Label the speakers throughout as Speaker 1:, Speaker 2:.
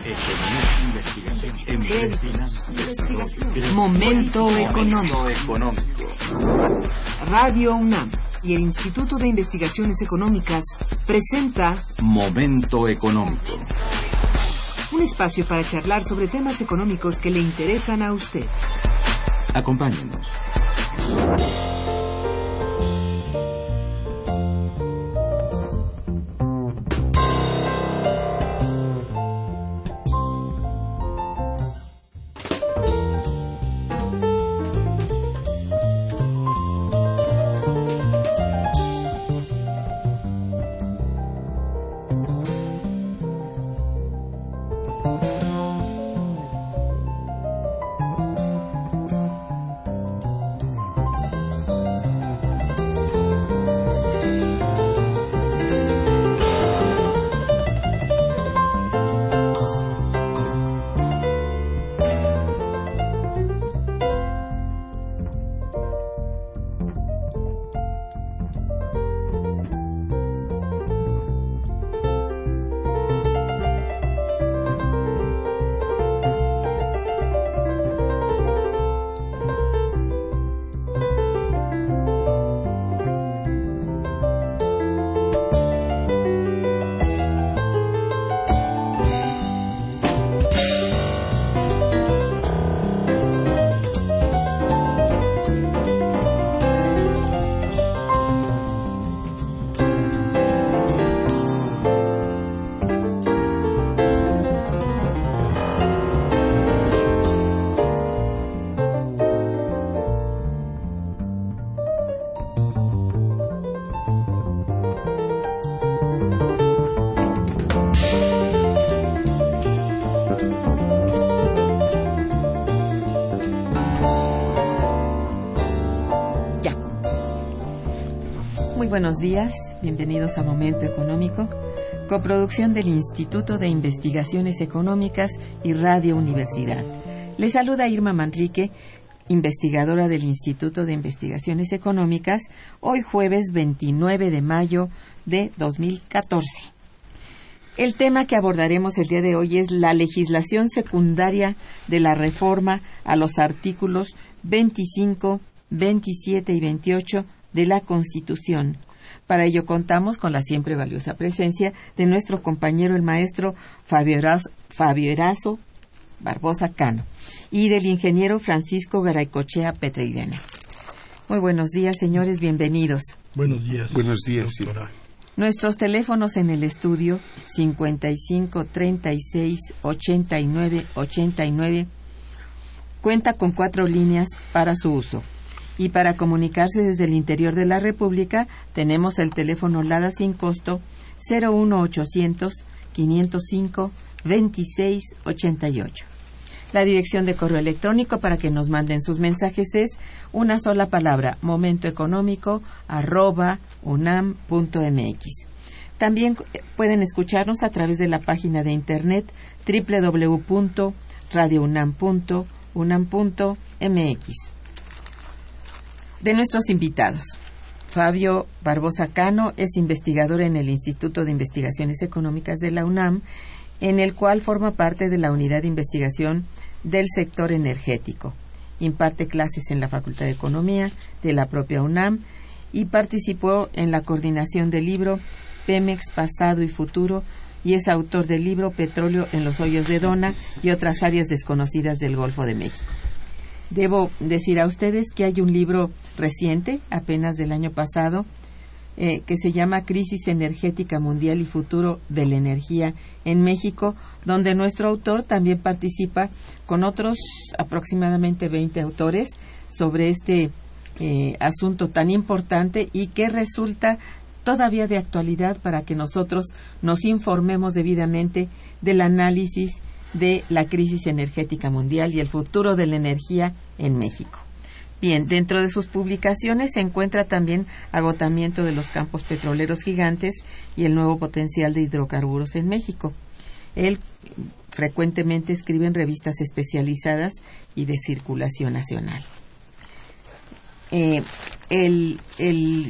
Speaker 1: Momento económico. Radio UNAM y el Instituto de Investigaciones Económicas presenta
Speaker 2: Momento económico.
Speaker 1: Un espacio para charlar sobre temas económicos que le interesan a usted.
Speaker 2: Acompáñenos.
Speaker 3: Buenos días, bienvenidos a Momento Económico, coproducción del Instituto de Investigaciones Económicas y Radio Universidad. Les saluda Irma Manrique, investigadora del Instituto de Investigaciones Económicas, hoy jueves 29 de mayo de 2014. El tema que abordaremos el día de hoy es la legislación secundaria de la reforma a los artículos 25, 27 y 28 de la Constitución. Para ello contamos con la siempre valiosa presencia de nuestro compañero el maestro Fabio Erazo Barbosa Cano y del ingeniero Francisco Garaycochea Petreirena. Muy buenos días, señores, bienvenidos.
Speaker 4: Buenos días.
Speaker 2: Buenos días,
Speaker 4: doctora.
Speaker 3: Nuestros teléfonos en el estudio 55 36 89 89 cuenta con 4 líneas para su uso. Y para comunicarse desde el interior de la República, tenemos el teléfono LADA sin costo 01800 505 2688. La dirección de correo electrónico para que nos manden sus mensajes es una sola palabra, momentoeconómico@unam.mx. También pueden escucharnos a través de la página de internet www.radiounam.unam.mx. De nuestros invitados, Fabio Barbosa Cano es investigador en el Instituto de Investigaciones Económicas de la UNAM, en el cual forma parte de la Unidad de Investigación del Sector Energético. Imparte clases en la Facultad de Economía de la propia UNAM y participó en la coordinación del libro Pemex, Pasado y Futuro, y es autor del libro Petróleo en los hoyos de Dona y otras áreas desconocidas del Golfo de México. Debo decir a ustedes que hay un libro reciente, apenas del año pasado, que se llama Crisis Energética Mundial y Futuro de la Energía en México, donde nuestro autor también participa con otros aproximadamente 20 autores sobre este asunto tan importante y que resulta todavía de actualidad para que nosotros nos informemos debidamente del análisis de la crisis energética mundial y el futuro de la energía en México. Bien, dentro de sus publicaciones se encuentra también Agotamiento de los campos petroleros gigantes y el nuevo potencial de hidrocarburos en México. Él frecuentemente escribe en revistas especializadas y de circulación nacional. El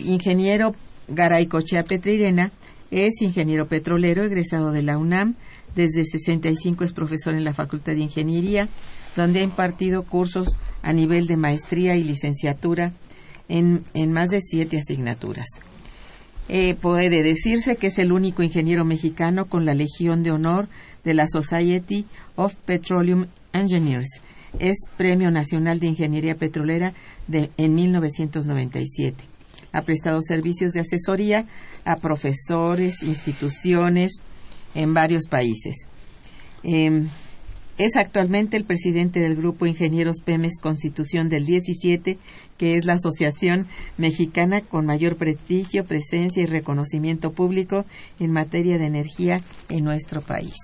Speaker 3: ingeniero Garaycochea Petreirena es ingeniero petrolero egresado de la UNAM, Desde 65 es profesor en la Facultad de Ingeniería, donde ha impartido cursos a nivel de maestría y licenciatura en más de 7 asignaturas. Puede decirse que es el único ingeniero mexicano con la Legión de Honor de la Society of Petroleum Engineers. Es Premio Nacional de Ingeniería Petrolera en 1997. Ha prestado servicios de asesoría a profesores, instituciones en varios países. Es actualmente el presidente del Grupo Ingenieros Pemex Constitución del 17, que es la asociación mexicana con mayor prestigio, presencia y reconocimiento público en materia de energía en nuestro país.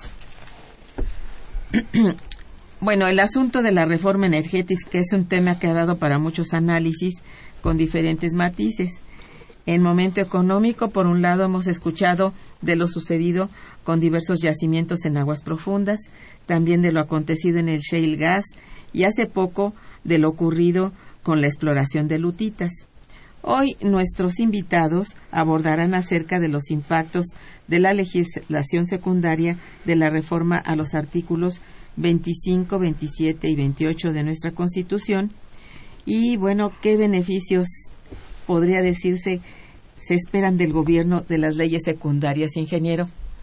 Speaker 3: Bueno, el asunto de la reforma energética es un tema que ha dado para muchos análisis con diferentes matices. En momento económico, por un lado, hemos escuchado de lo sucedido con diversos yacimientos en aguas profundas, también de lo acontecido en el shale gas y hace poco de lo ocurrido con la exploración de lutitas. Hoy nuestros invitados abordarán acerca de los impactos de la legislación secundaria de la reforma a los artículos 25, 27 y 28 de nuestra Constitución y, bueno, qué beneficios podría decirse se esperan del gobierno de las leyes secundarias, ingeniero.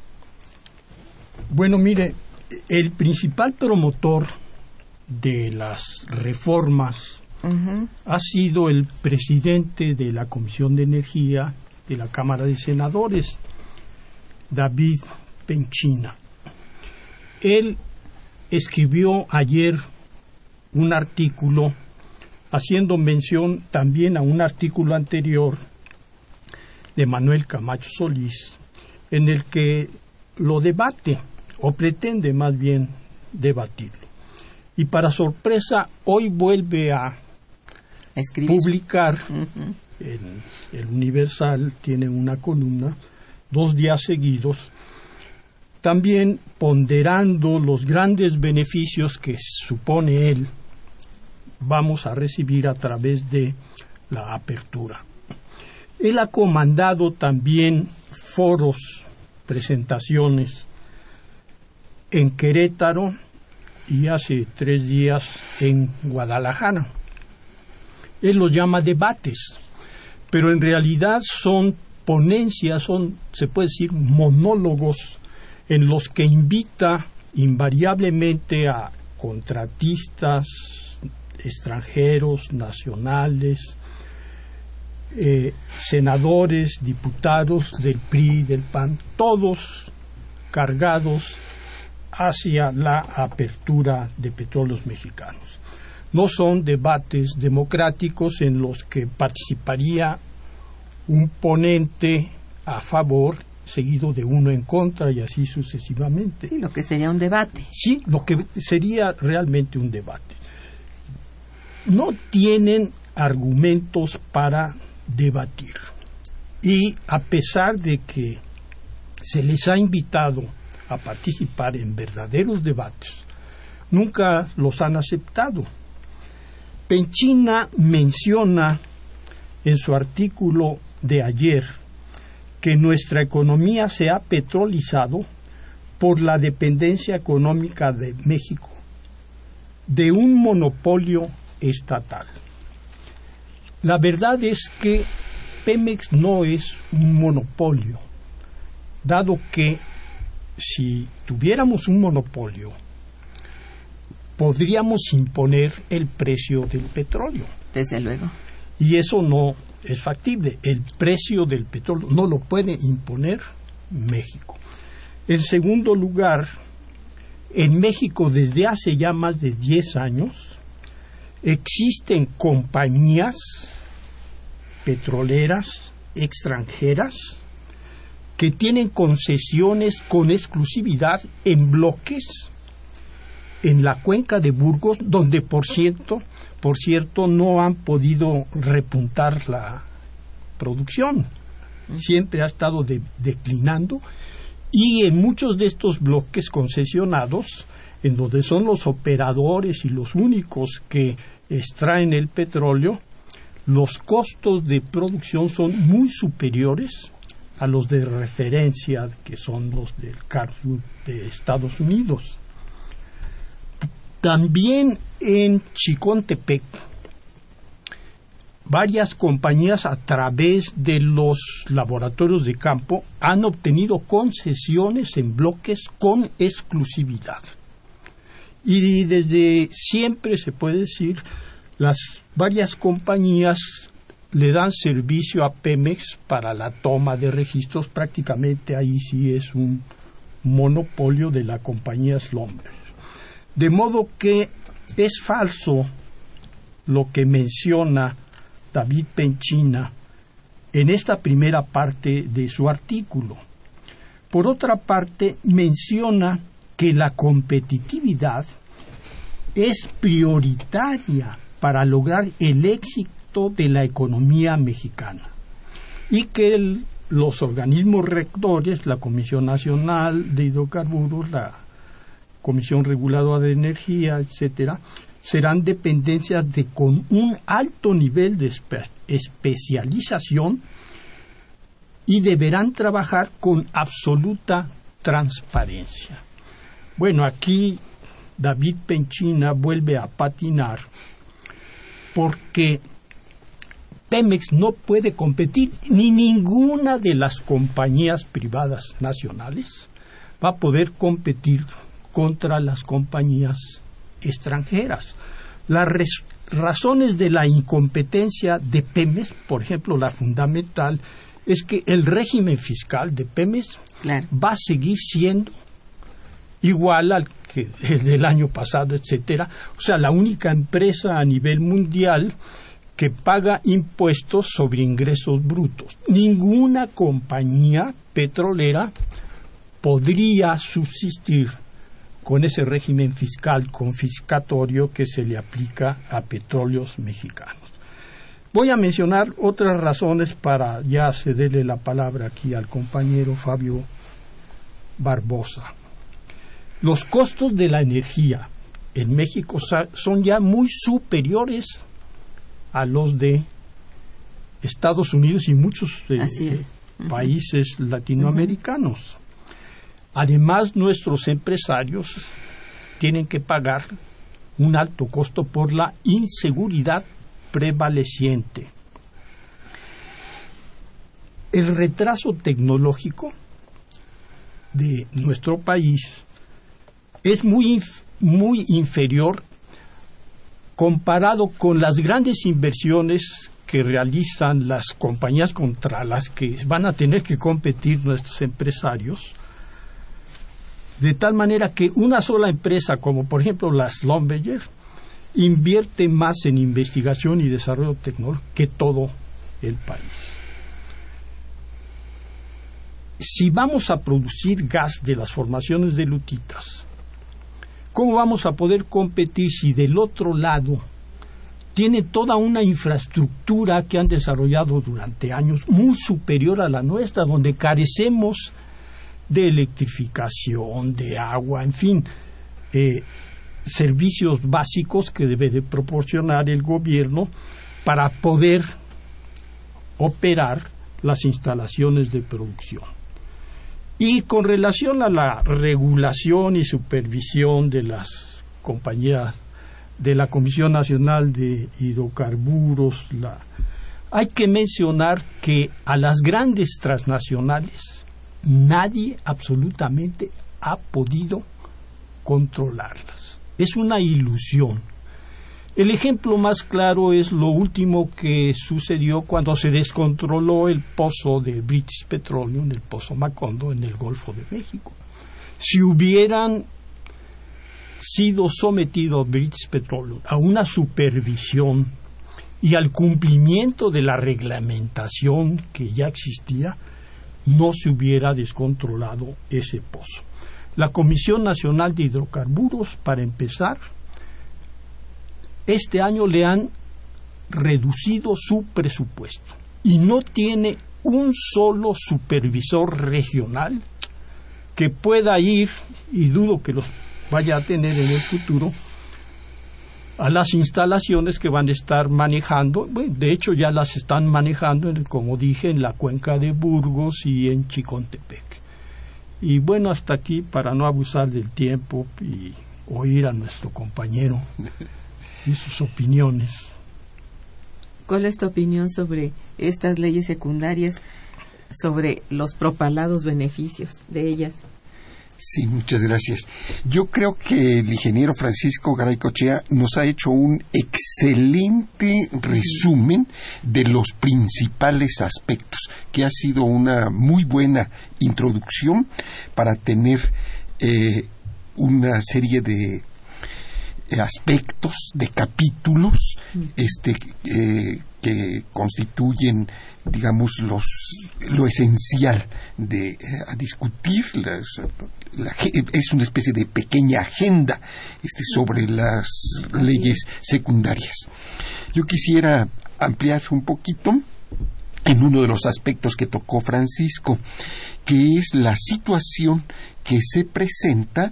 Speaker 4: Bueno, mire, el principal promotor de las reformas ha sido el presidente de la Comisión de Energía de la Cámara de Senadores, David Penchina. Él escribió ayer un artículo haciendo mención también a un artículo anterior de Manuel Camacho Solís, en el que lo debate, o pretende más bien debatirlo. Y para sorpresa, hoy vuelve a publicar, el Universal tiene una columna, 2 días seguidos, también ponderando los grandes beneficios que supone él vamos a recibir a través de la apertura. Él ha comandado también foros, presentaciones en Querétaro y hace 3 días en Guadalajara. Él los llama debates, pero en realidad son ponencias, se puede decir, monólogos en los que invita invariablemente a contratistas, extranjeros, nacionales, senadores, diputados del PRI, del PAN, todos cargados hacia la apertura de Petróleos Mexicanos. No son debates democráticos en los que participaría un ponente a favor seguido de uno en contra y así sucesivamente.
Speaker 3: Sí, lo que sería un debate.
Speaker 4: Sí, lo que sería realmente un debate. No tienen argumentos para debatir. Y a pesar de que se les ha invitado a participar en verdaderos debates, nunca los han aceptado. Penchina menciona en su artículo de ayer que nuestra economía se ha petrolizado por la dependencia económica de México de un monopolio estatal. La verdad es que Pemex no es un monopolio, dado que si tuviéramos un monopolio, podríamos imponer el precio del petróleo.
Speaker 3: Desde luego.
Speaker 4: Y eso no es factible. El precio del petróleo no lo puede imponer México. En segundo lugar, en México desde hace ya más de 10 años existen compañías petroleras extranjeras que tienen concesiones con exclusividad en bloques en la cuenca de Burgos, donde por cierto no han podido repuntar la producción. Siempre ha estado declinando, y en muchos de estos bloques concesionados, en donde son los operadores y los únicos que extraen el petróleo, los costos de producción son muy superiores a los de referencia, que son los del Cargill de Estados Unidos. También en Chicontepec, varias compañías a través de los laboratorios de campo han obtenido concesiones en bloques con exclusividad. Y desde siempre, se puede decir, las varias compañías le dan servicio a Pemex para la toma de registros. Prácticamente ahí sí es un monopolio de la compañía Schlumberger. De modo que es falso lo que menciona David Penchina en esta primera parte de su artículo. Por otra parte, menciona que la competitividad es prioritaria para lograr el éxito de la economía mexicana y que los organismos rectores, la Comisión Nacional de Hidrocarburos, la Comisión Reguladora de Energía, etcétera, serán dependencias con un alto nivel de especialización y deberán trabajar con absoluta transparencia. Bueno, aquí David Penchina vuelve a patinar porque Pemex no puede competir, ni ninguna de las compañías privadas nacionales va a poder competir contra las compañías extranjeras. Las razones de la incompetencia de Pemex, por ejemplo, la fundamental, es que el régimen fiscal de Pemex va a seguir siendo igual al que el del año pasado, etcétera. O sea, la única empresa a nivel mundial que paga impuestos sobre ingresos brutos. Ninguna compañía petrolera podría subsistir con ese régimen fiscal confiscatorio que se le aplica a petróleos mexicanos. Voy a mencionar otras razones para ya cederle la palabra aquí al compañero Fabio Barbosa. Los costos de la energía en México son ya muy superiores a los de Estados Unidos y muchos países latinoamericanos. Además, nuestros empresarios tienen que pagar un alto costo por la inseguridad prevaleciente. El retraso tecnológico de nuestro país es muy inferior comparado con las grandes inversiones que realizan las compañías contra las que van a tener que competir nuestros empresarios, de tal manera que una sola empresa, como por ejemplo la Schlumberger, invierte más en investigación y desarrollo tecnológico que todo el país. Si vamos a producir gas de las formaciones de lutitas, ¿cómo vamos a poder competir si del otro lado tiene toda una infraestructura que han desarrollado durante años muy superior a la nuestra, donde carecemos de electrificación, de agua, en fin, servicios básicos que debe de proporcionar el gobierno para poder operar las instalaciones de producción? Y con relación a la regulación y supervisión de las compañías de la Comisión Nacional de Hidrocarburos, hay que mencionar que a las grandes transnacionales nadie absolutamente ha podido controlarlas. Es una ilusión. El ejemplo más claro es lo último que sucedió cuando se descontroló el pozo de British Petroleum, el pozo Macondo, en el Golfo de México. Si hubieran sido sometidos British Petroleum a una supervisión y al cumplimiento de la reglamentación que ya existía, no se hubiera descontrolado ese pozo. La Comisión Nacional de Hidrocarburos, para empezar, este año le han reducido su presupuesto y no tiene un solo supervisor regional que pueda ir, y dudo que los vaya a tener en el futuro, a las instalaciones que van a estar manejando. Bueno, de hecho ya las están manejando, como dije, en la cuenca de Burgos y en Chicontepec. Y bueno, hasta aquí, para no abusar del tiempo y oír a nuestro compañero y sus opiniones.
Speaker 3: ¿Cuál es tu opinión sobre estas leyes secundarias, sobre los propalados beneficios de ellas?
Speaker 5: Sí, muchas gracias. Yo creo que el ingeniero Francisco Garay Cochea nos ha hecho un excelente resumen de los principales aspectos, que ha sido una muy buena introducción para tener una serie de aspectos, de capítulos que constituyen, digamos, lo esencial de a discutir. Es una especie de pequeña agenda sobre las leyes secundarias. Yo quisiera ampliar un poquito en uno de los aspectos que tocó Francisco, que es la situación que se presenta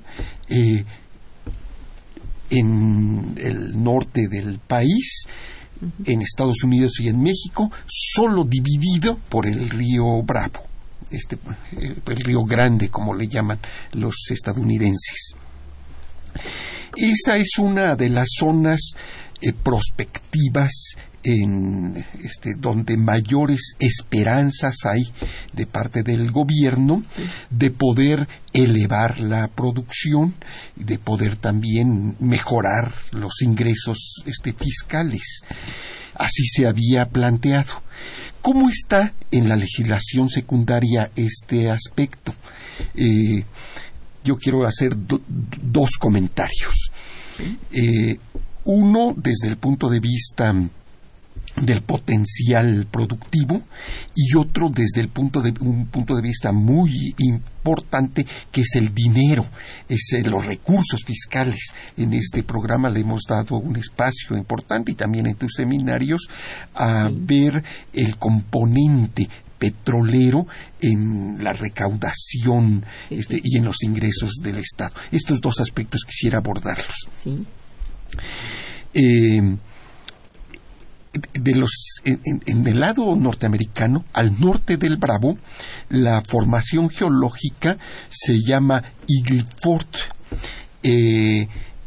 Speaker 5: en el norte del país, en Estados Unidos y en México, solo dividido por el río Bravo, el río Grande, como le llaman los estadounidenses. Esa es una de las zonas prospectivas donde mayores esperanzas hay de parte del gobierno de poder elevar la producción y de poder también mejorar los ingresos fiscales. Así se había planteado. ¿Cómo está en la legislación secundaria este aspecto? Yo quiero hacer dos comentarios. ¿Sí? Uno, desde el punto de vista del potencial productivo, y otro desde un punto de vista muy importante, que es el dinero, los recursos fiscales. En este programa le hemos dado un espacio importante, y también en tus seminarios, a ver el componente petrolero en la recaudación y en los ingresos del Estado. Estos dos aspectos quisiera abordarlos. Sí. En el lado norteamericano, al norte del Bravo, la formación geológica se llama Eagle Ford, y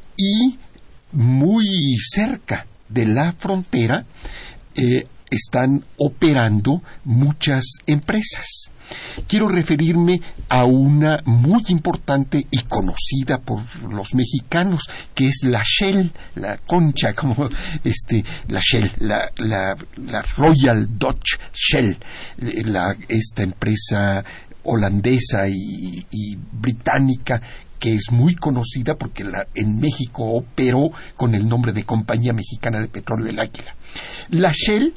Speaker 5: muy cerca de la frontera están operando muchas empresas. Quiero referirme a una muy importante y conocida por los mexicanos, que es la Shell, la Concha, como la Shell, la Royal Dutch Shell, esta empresa holandesa y británica, que es muy conocida porque en México operó con el nombre de Compañía Mexicana de Petróleo El Águila. La Shell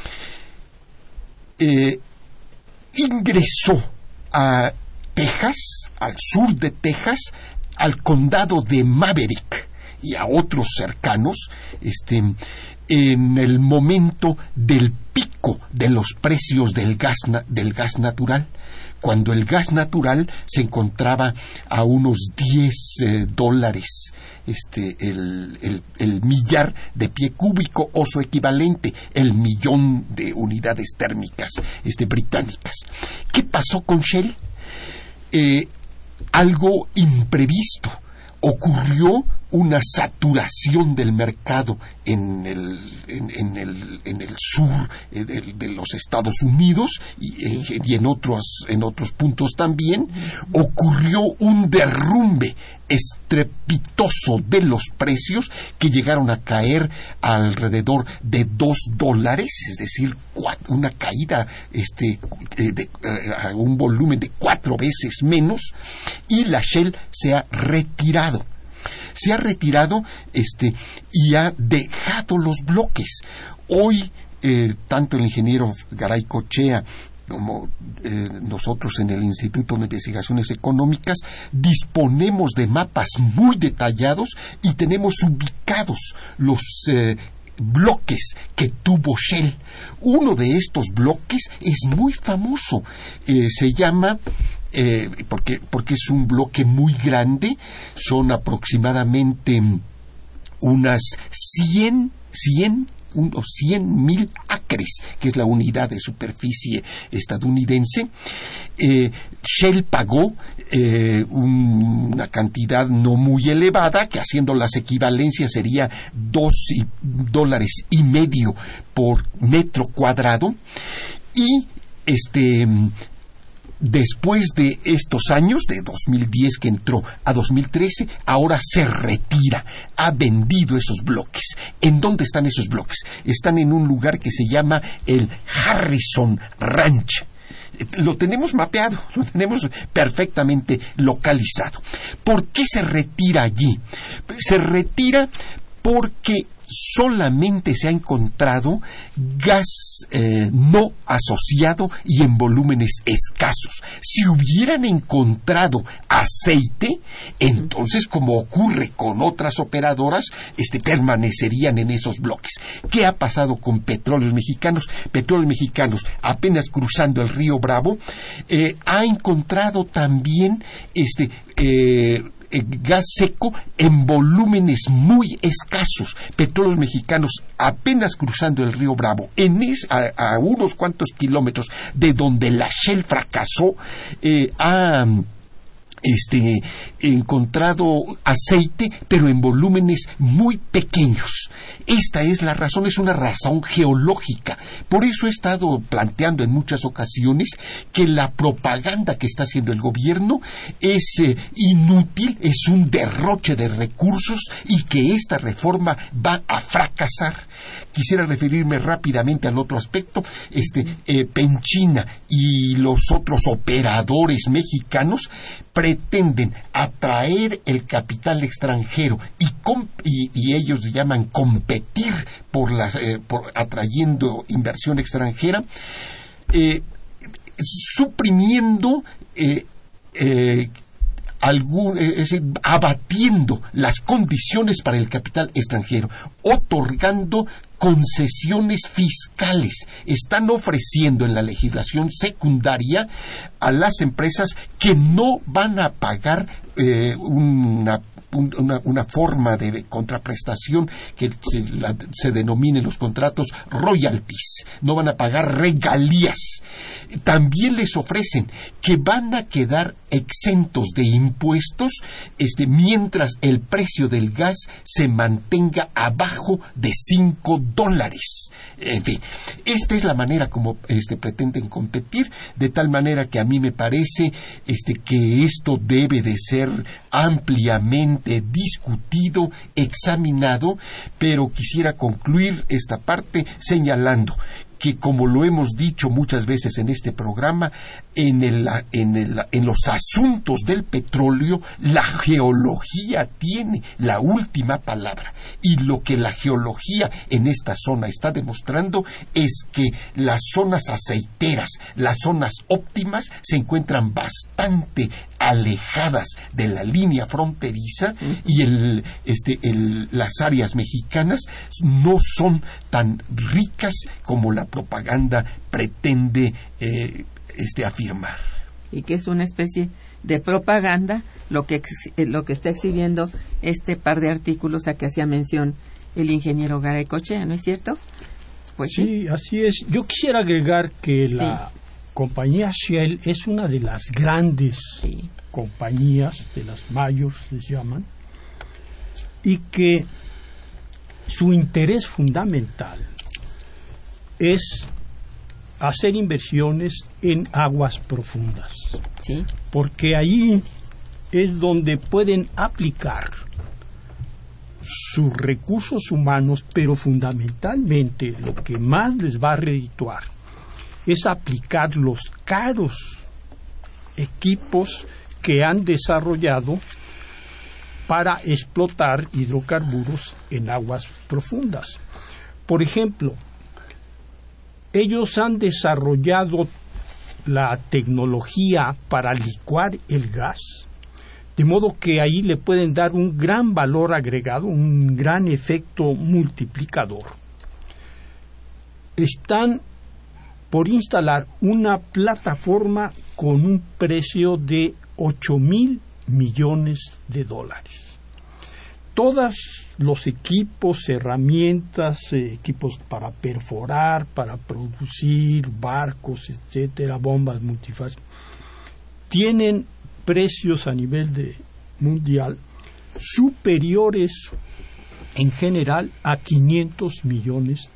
Speaker 5: ingresó a Texas, al sur de Texas, al condado de Maverick y a otros cercanos, en el momento del pico de los precios del gas natural, cuando el gas natural se encontraba a unos $10 el millar de pie cúbico, o su equivalente, el millón de unidades térmicas británicas. ¿Qué pasó con Shell? Algo imprevisto. Ocurrió una saturación del mercado en el sur de los Estados Unidos y en otros puntos también. Ocurrió un derrumbe estrepitoso de los precios, que llegaron a caer alrededor de $2, es decir, una caída a un volumen de 4 veces menos, y la Shell se ha retirado y ha dejado los bloques. Hoy, tanto el ingeniero Garay Cochea como nosotros en el Instituto de Investigaciones Económicas disponemos de mapas muy detallados y tenemos ubicados los bloques que tuvo Shell. Uno de estos bloques es muy famoso, se llama porque es un bloque muy grande, son aproximadamente unas 100,000 acres, que es la unidad de superficie estadounidense. Shell pagó una cantidad no muy elevada, que haciendo las equivalencias sería $2.50 por metro cuadrado, y después de estos años, de 2010 que entró a 2013, ahora se retira, ha vendido esos bloques. ¿En dónde están esos bloques? Están en un lugar que se llama el Harrison Ranch. Lo tenemos mapeado, lo tenemos perfectamente localizado. ¿Por qué se retira allí? Se retira porque solamente se ha encontrado gas no asociado y en volúmenes escasos. Si hubieran encontrado aceite, entonces, como ocurre con otras operadoras, permanecerían en esos bloques. ¿Qué ha pasado con Petróleos Mexicanos? Petróleos Mexicanos, apenas cruzando el río Bravo, ha encontrado también gas seco en volúmenes muy escasos. Petróleos Mexicanos, apenas cruzando el río Bravo, a unos cuantos kilómetros de donde la Shell fracasó, ha encontrado aceite, pero en volúmenes muy pequeños. Esta es la razón, es una razón geológica. Por eso he estado planteando en muchas ocasiones que la propaganda que está haciendo el gobierno es inútil, es un derroche de recursos y que esta reforma va a fracasar. Quisiera referirme rápidamente al otro aspecto. Penchina y los otros operadores mexicanos pretenden atraer el capital extranjero y ellos llaman competir por atrayendo inversión extranjera, suprimiendo abatiendo las condiciones para el capital extranjero, otorgando concesiones fiscales. Están ofreciendo en la legislación secundaria a las empresas que no van a pagar una forma de contraprestación que se denomina en los contratos royalties. No van a pagar regalías. También les ofrecen que van a quedar exentos de impuestos mientras el precio del gas se mantenga abajo de $5. En fin, esta es la manera como pretenden competir, de tal manera que a mí me parece que esto debe de ser ampliamente discutido, examinado, pero quisiera concluir esta parte señalando que, como lo hemos dicho muchas veces en este programa, en los asuntos del petróleo, la geología tiene la última palabra. Y lo que la geología en esta zona está demostrando es que las zonas aceiteras, las zonas óptimas, se encuentran bastante alejadas de la línea fronteriza, y las áreas mexicanas no son tan ricas como la propaganda pretende afirmar.
Speaker 3: Y que es una especie de propaganda lo que está exhibiendo este par de artículos a que hacía mención el ingeniero Garay Cochea, ¿no es cierto? Pues
Speaker 4: sí, así es. Yo quisiera agregar que la compañía Shell es una de las grandes compañías, de las mayores les llaman, y que su interés fundamental es hacer inversiones en aguas profundas, porque ahí es donde pueden aplicar sus recursos humanos, pero fundamentalmente lo que más les va a redituar es aplicar los caros equipos que han desarrollado para explotar hidrocarburos en aguas profundas. Por ejemplo, ellos han desarrollado la tecnología para licuar el gas, de modo que ahí le pueden dar un gran valor agregado, un gran efecto multiplicador. Están por instalar una plataforma con un precio de $8,000 millones. todos los equipos, herramientas, equipos para perforar, para producir barcos, etcétera, bombas multifácil, tienen precios a nivel mundial superiores en general a $500 millones.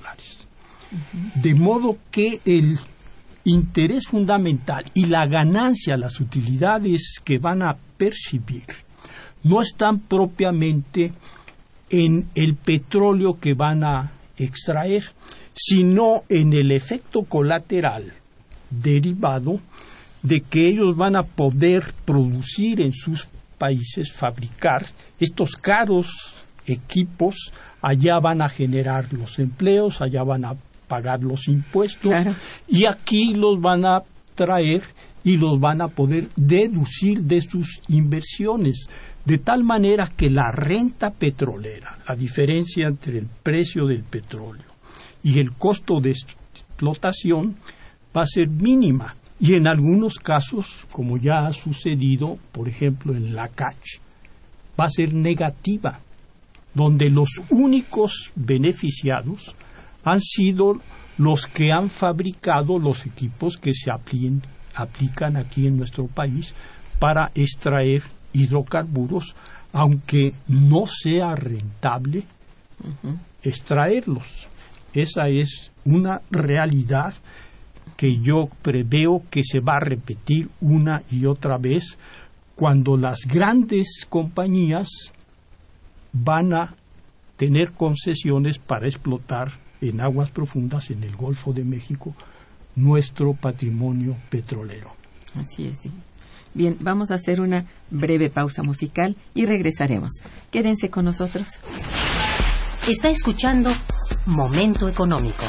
Speaker 4: De modo que el interés fundamental y la ganancia, las utilidades que van a percibir, no están propiamente en el petróleo que van a extraer, sino en el efecto colateral derivado de que ellos van a poder producir en sus países, fabricar estos caros equipos, allá van a generar los empleos, allá van a pagar los impuestos, claro, y aquí los van a traer y los van a poder deducir de sus inversiones, de tal manera que la renta petrolera, la diferencia entre el precio del petróleo y el costo de explotación, va a ser mínima. Y en algunos casos, como ya ha sucedido, por ejemplo en Lakach, va a ser negativa, donde los únicos beneficiados han sido los que han fabricado los equipos que se aplican aquí en nuestro país para extraer hidrocarburos, aunque no sea rentable extraerlos. Esa es una realidad que yo preveo que se va a repetir una y otra vez cuando las grandes compañías van a tener concesiones para explotar en aguas profundas en el Golfo de México nuestro patrimonio petrolero.
Speaker 3: Así es, sí. Bien, vamos a hacer una breve pausa musical y regresaremos. Quédense con nosotros.
Speaker 6: Está escuchando Momento Económico.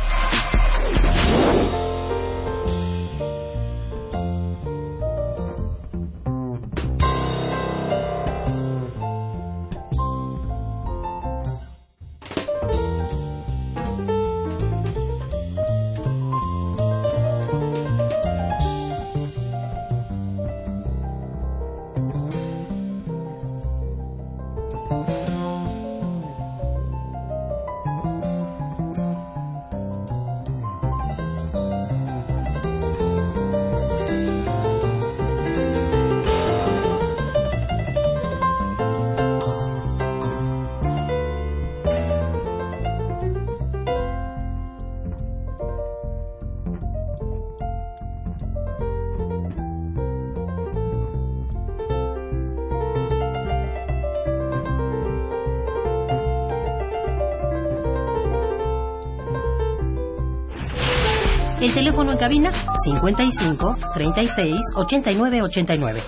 Speaker 6: El teléfono en cabina 55 36 89 89.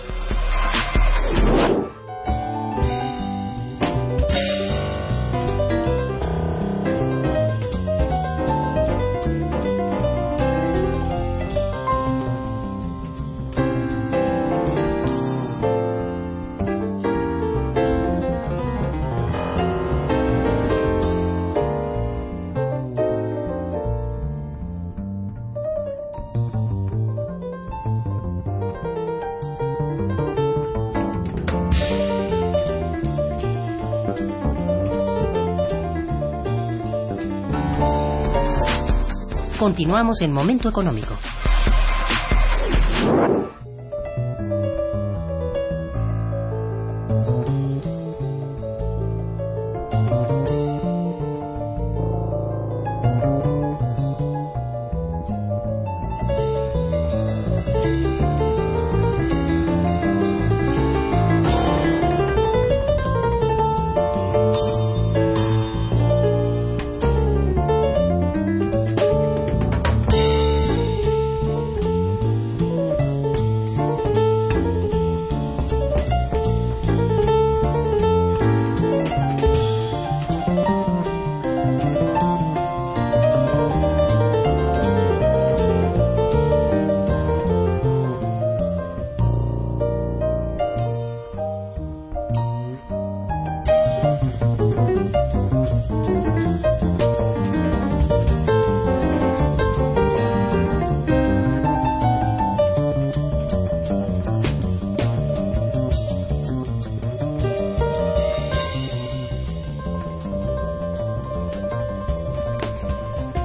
Speaker 6: Continuamos en Momento Económico.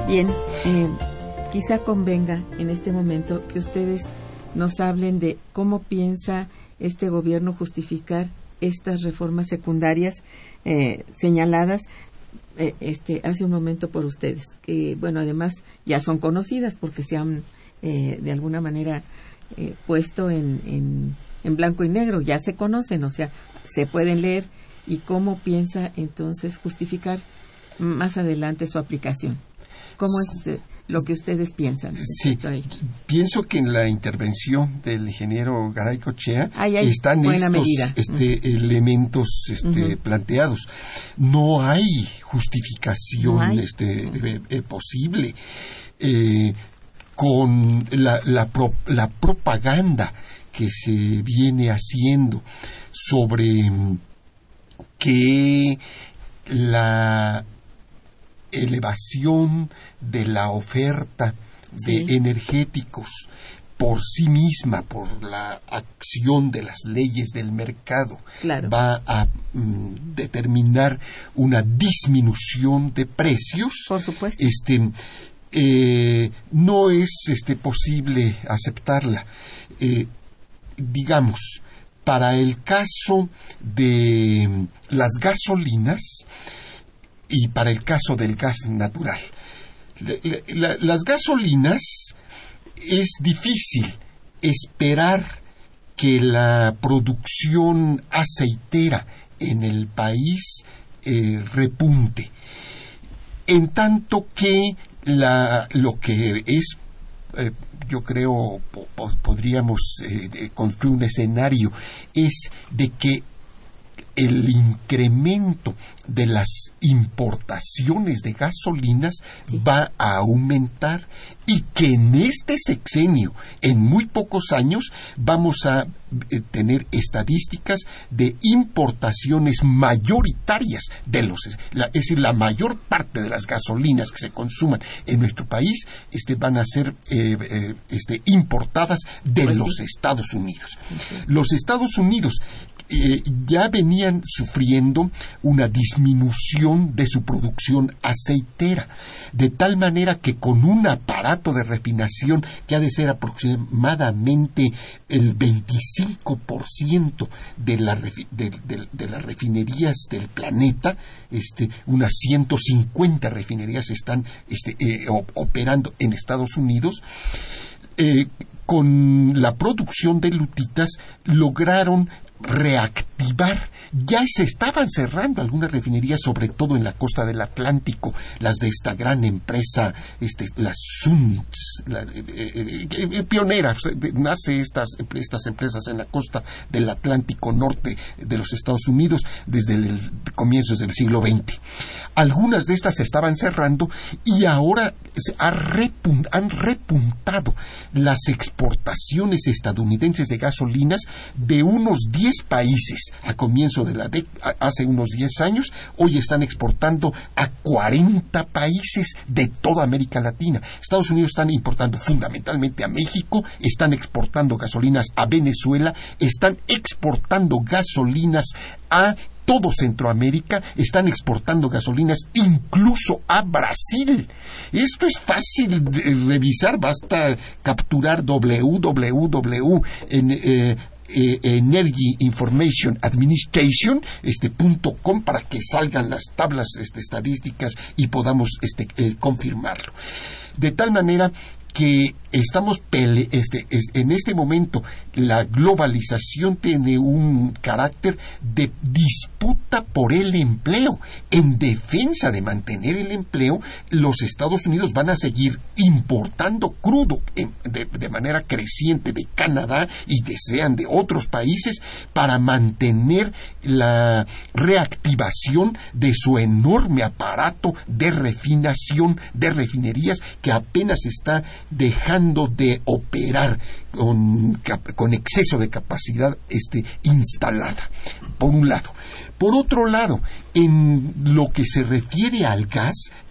Speaker 3: Bien, quizá convenga en este momento que ustedes nos hablen de cómo piensa este gobierno justificar estas reformas secundarias señaladas hace un momento por ustedes, que bueno, además ya son conocidas porque se han de alguna manera puesto en blanco y negro, ya se conocen, o sea, se pueden leer. ¿Y cómo piensa entonces justificar más adelante su aplicación? ¿Cómo es lo que ustedes piensan respecto a ello?
Speaker 5: Pienso que en la intervención del ingeniero Garay Cochea están estos elementos planteados. No hay justificación posible con la propaganda que se viene haciendo sobre que la elevación de la oferta de energéticos por sí misma, por la acción de las leyes del mercado, va a determinar una disminución de precios.
Speaker 3: Por supuesto.
Speaker 5: No es posible aceptarla. Digamos, para el caso de las gasolinas y para el caso del gas natural. Las gasolinas es difícil esperar que la producción aceitera en el país repunte, en tanto que lo que es yo creo podríamos construir un escenario es de que el incremento de las importaciones de gasolinas va a aumentar y que en este sexenio, en muy pocos años, vamos a tener estadísticas de importaciones mayoritarias es decir, la mayor parte de las gasolinas que se consuman en nuestro país van a ser importadas de los Estados Unidos. Los Estados Unidos ya venían sufriendo una disminución de su producción aceitera, de tal manera que con un aparato de refinación que ha de ser aproximadamente el 25% de las refinerías del planeta, unas 150 refinerías están operando en Estados Unidos. Con la producción de lutitas lograron reactivar. Ya se estaban cerrando algunas refinerías, sobre todo en la costa del Atlántico, las de esta gran empresa, las Sunts, pioneras. Nace estas empresas en la costa del Atlántico norte de los Estados Unidos desde comienzos del siglo XX. Algunas de estas se estaban cerrando y ahora han repuntado las exportaciones estadounidenses de gasolinas de unos 10 países a comienzo de hace unos 10 años. Hoy están exportando a 40 países de toda América Latina. Estados Unidos están importando fundamentalmente a México, están exportando gasolinas a Venezuela, están exportando gasolinas a todo Centroamérica, están exportando gasolinas incluso a Brasil. Esto es fácil de revisar, basta capturar www en Energy Information Administration .com para que salgan las tablas estadísticas y podamos confirmarlo. De tal manera que estamos en este momento la globalización tiene un carácter de disputa por el empleo. En defensa de mantener el empleo, los Estados Unidos van a seguir importando crudo de manera creciente de Canadá y desean de otros países para mantener la reactivación de su enorme aparato de refinación de refinerías que apenas está dejando de operar con exceso de capacidad instalada, por un lado. Por otro lado, en lo que se refiere al gas,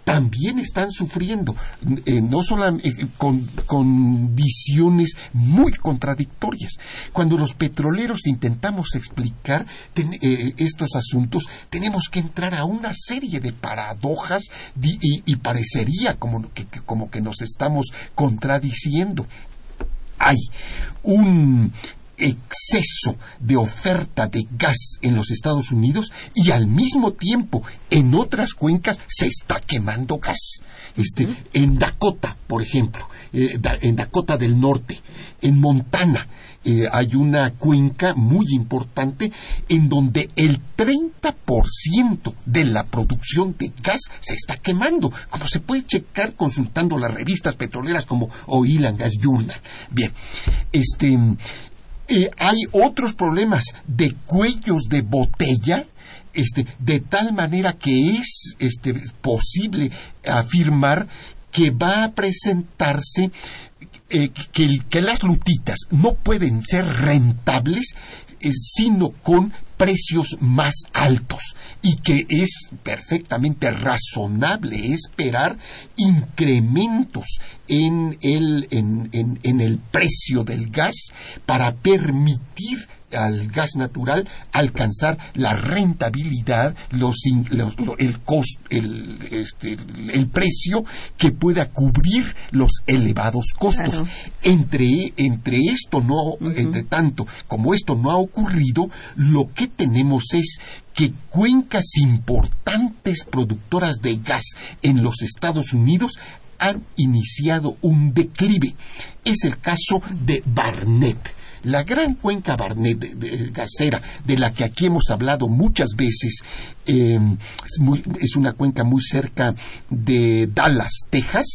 Speaker 5: también están sufriendo no solamente con condiciones muy contradictorias. Cuando los petroleros intentamos explicar estos asuntos, tenemos que entrar a una serie de paradojas y parecería como que nos estamos contradiciendo. Hay un exceso de oferta de gas en los Estados Unidos y al mismo tiempo en otras cuencas se está quemando gas. En Dakota, por ejemplo, en Dakota del Norte, en Montana, hay una cuenca muy importante en donde el 30% de la producción de gas se está quemando, como se puede checar consultando las revistas petroleras como Oil and Gas Journal. Bien, hay otros problemas de cuellos de botella, de tal manera que es posible afirmar que va a presentarse que las lutitas no pueden ser rentables sino con precios más altos, y que es perfectamente razonable esperar incrementos en el precio del gas para permitir al gas natural alcanzar la rentabilidad, el precio que pueda cubrir los elevados costos. Claro. Entre tanto, como esto no ha ocurrido, lo que tenemos es que cuencas importantes productoras de gas en los Estados Unidos han iniciado un declive. Es el caso de Barnett. La gran cuenca Barnett gasera, de la que aquí hemos hablado muchas veces, es una cuenca muy cerca de Dallas, Texas.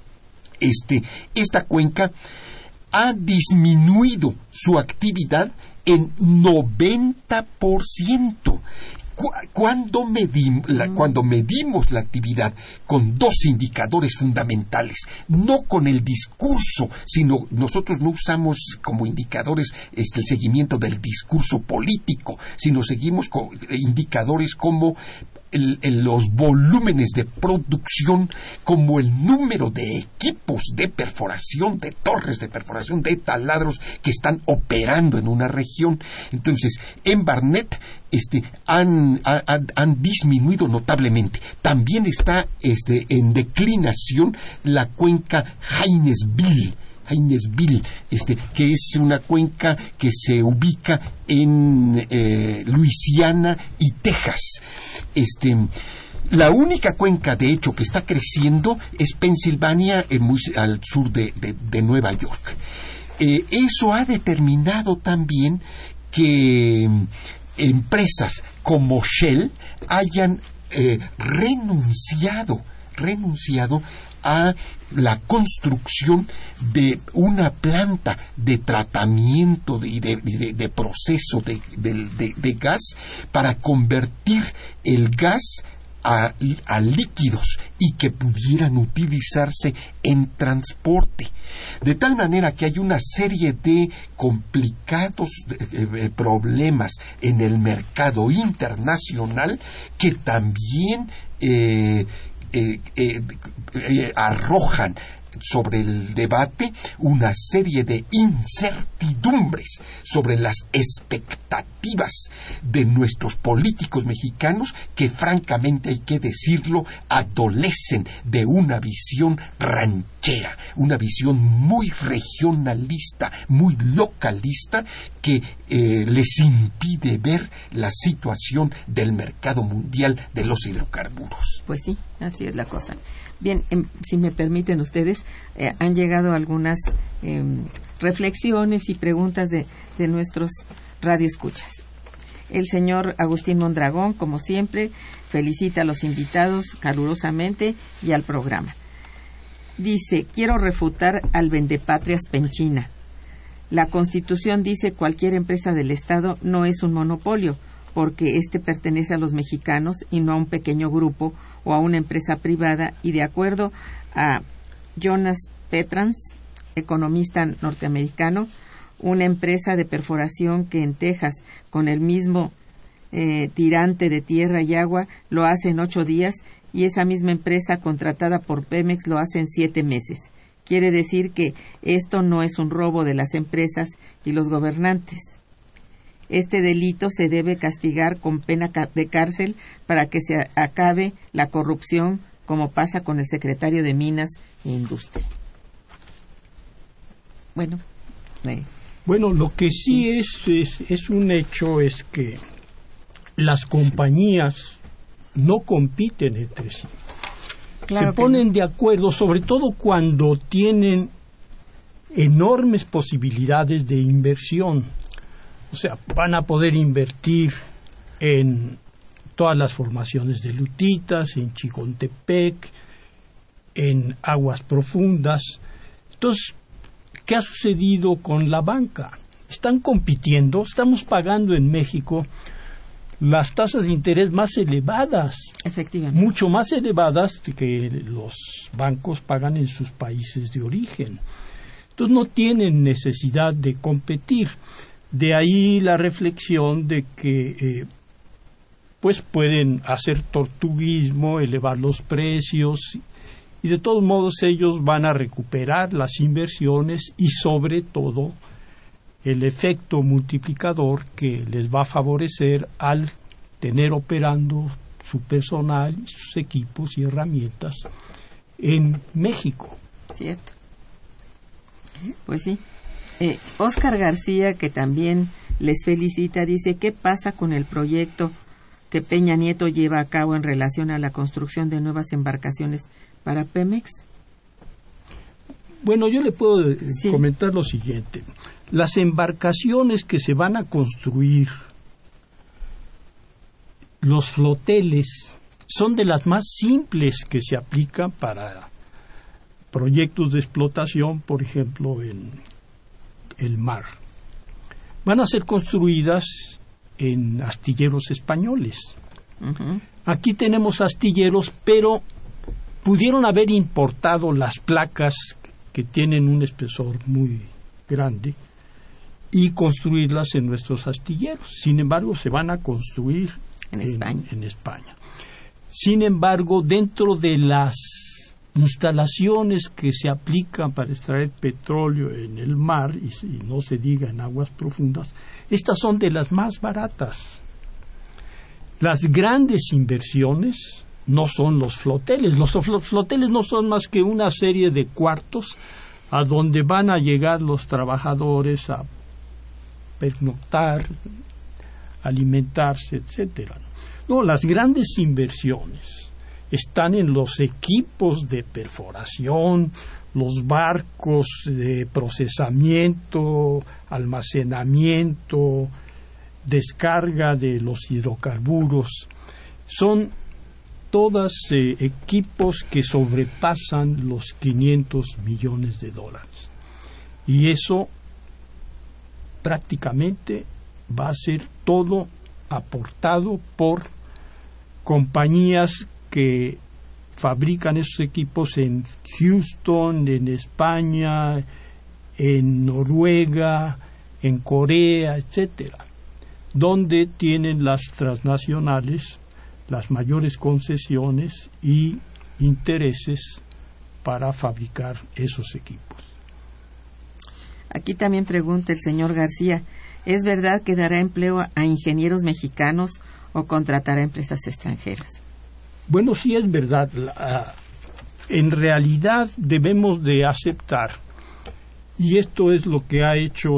Speaker 5: Esta cuenca ha disminuido su actividad en 90%. Cuando medimos la actividad con dos indicadores fundamentales, no con el discurso, sino nosotros no usamos como indicadores el seguimiento del discurso político, sino seguimos con indicadores como los volúmenes de producción, como el número de equipos de perforación, de torres de perforación, de taladros que están operando en una región. Entonces, en Barnett han disminuido notablemente. También está en declinación la cuenca Haynesville, que es una cuenca que se ubica en Luisiana y Texas. La única cuenca, de hecho, que está creciendo es Pensilvania, muy al sur de Nueva York. Eso ha determinado también que empresas como Shell hayan renunciado a la construcción de una planta de tratamiento y de proceso de gas para convertir el gas a líquidos y que pudieran utilizarse en transporte. De tal manera que hay una serie de complicados problemas en el mercado internacional que también arrojan sobre el debate una serie de incertidumbres sobre las expectativas de nuestros políticos mexicanos que, francamente hay que decirlo, adolecen de una visión ranchera, una visión muy regionalista, muy localista, que les impide ver la situación del mercado mundial de los hidrocarburos.
Speaker 3: Pues sí, así es la cosa. Bien, si me permiten ustedes, han llegado algunas reflexiones y preguntas de nuestros radioescuchas. El señor Agustín Mondragón, como siempre, felicita a los invitados calurosamente y al programa. Dice: quiero refutar al vendepatrias Penchina. La Constitución dice cualquier empresa del Estado no es un monopolio, porque éste pertenece a los mexicanos y no a un pequeño grupo o a una empresa privada, y de acuerdo a Jonas Petrans, economista norteamericano, una empresa de perforación que en Texas, con el mismo tirante de tierra y agua lo hace en 8 días y esa misma empresa contratada por Pemex lo hace en 7 meses. Quiere decir que esto no es un robo de las empresas y los gobernantes. Este delito se debe castigar con pena de cárcel para que se acabe la corrupción, como pasa con el secretario de Minas e Industria.
Speaker 4: Bueno, lo que sí es un hecho es que las compañías no compiten entre sí.
Speaker 3: Claro,
Speaker 4: se ponen de acuerdo, sobre todo cuando tienen enormes posibilidades de inversión. O sea, van a poder invertir en todas las formaciones de lutitas, en Chicontepec, en aguas profundas. Entonces, ¿qué ha sucedido con la banca? Están compitiendo, estamos pagando en México las tasas de interés más elevadas,
Speaker 3: efectivamente,
Speaker 4: mucho más elevadas que los bancos pagan en sus países de origen. Entonces no tienen necesidad de competir. De ahí la reflexión de que pues pueden hacer tortuguismo, elevar los precios, y de todos modos ellos van a recuperar las inversiones y sobre todo el efecto multiplicador que les va a favorecer al tener operando su personal, sus equipos y herramientas en México.
Speaker 3: Cierto. Pues sí. Óscar García, que también les felicita, dice: ¿qué pasa con el proyecto que Peña Nieto lleva a cabo en relación a la construcción de nuevas embarcaciones para Pemex?
Speaker 4: Bueno, yo le puedo comentar lo siguiente. Las embarcaciones que se van a construir, los floteles, son de las más simples que se aplican para proyectos de explotación, por ejemplo, en el mar. Van a ser construidas en astilleros españoles. Uh-huh. Aquí tenemos astilleros, pero pudieron haber importado las placas que tienen un espesor muy grande y construirlas en nuestros astilleros. Sin embargo, se van a construir en España. Sin embargo, dentro de las instalaciones que se aplican para extraer petróleo en el mar, y no se diga en aguas profundas, estas son de las más baratas. Las grandes inversiones no son los floteles. Los floteles no son más que una serie de cuartos a donde van a llegar los trabajadores a pernoctar, alimentarse, etcétera. No, las grandes inversiones están en los equipos de perforación, los barcos de procesamiento, almacenamiento, descarga de los hidrocarburos. Son todos equipos que sobrepasan los $500 millones. Y eso prácticamente va a ser todo aportado por compañías que fabrican esos equipos en Houston, en España, en Noruega, en Corea, etcétera, donde tienen las transnacionales las mayores concesiones y intereses para fabricar esos equipos.
Speaker 3: Aquí también pregunta el señor García: ¿es verdad que dará empleo a ingenieros mexicanos o contratará empresas extranjeras?
Speaker 4: Bueno, sí es verdad. En realidad debemos de aceptar, y esto es lo que ha hecho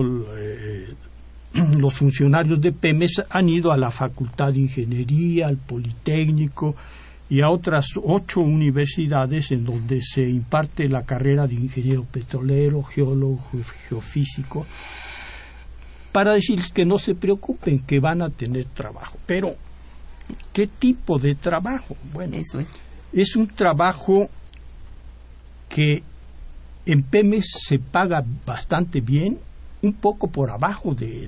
Speaker 4: los funcionarios de Pemex. Han ido a la Facultad de Ingeniería, al Politécnico y a otras 8 universidades en donde se imparte la carrera de ingeniero petrolero, geólogo, geofísico, para decirles que no se preocupen, que van a tener trabajo. Pero, ¿qué tipo de trabajo? Bueno,
Speaker 3: eso
Speaker 4: es un trabajo que en Pemex se paga bastante bien, un poco por abajo de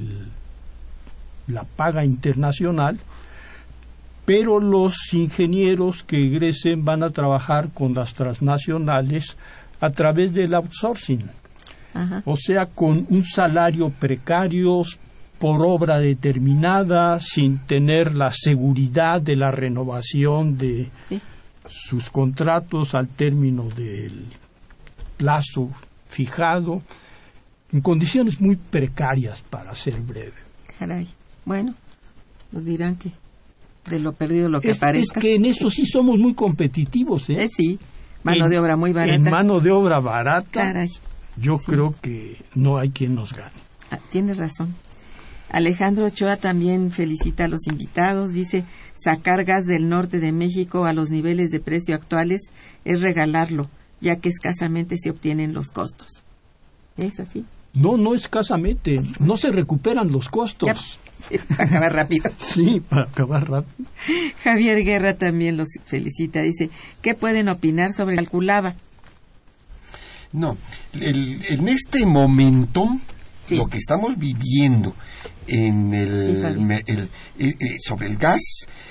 Speaker 4: la paga internacional, pero los ingenieros que egresen van a trabajar con las transnacionales a través del outsourcing. Ajá. O sea, con un salario precario, por obra determinada, sin tener la seguridad de la renovación de sus contratos al término del plazo fijado, en condiciones muy precarias, para ser breve.
Speaker 3: Caray. Bueno, nos dirán que de lo perdido lo que parezca.
Speaker 4: Es que en eso sí somos muy competitivos, ¿eh?
Speaker 3: Sí, mano de obra muy barata.
Speaker 4: En mano de obra barata,
Speaker 3: caray,
Speaker 4: yo creo que no hay quien nos gane.
Speaker 3: Tienes razón. Alejandro Ochoa también felicita a los invitados. Dice, sacar gas del norte de México a los niveles de precio actuales es regalarlo, ya que escasamente se obtienen los costos. ¿Es así?
Speaker 4: No escasamente. No se recuperan los costos.
Speaker 3: Ya, para acabar rápido.
Speaker 4: Sí, para acabar rápido.
Speaker 3: Javier Guerra también los felicita. Dice, ¿qué pueden opinar sobre calculaba?
Speaker 5: No, en este momento, lo que estamos viviendo en sobre el gas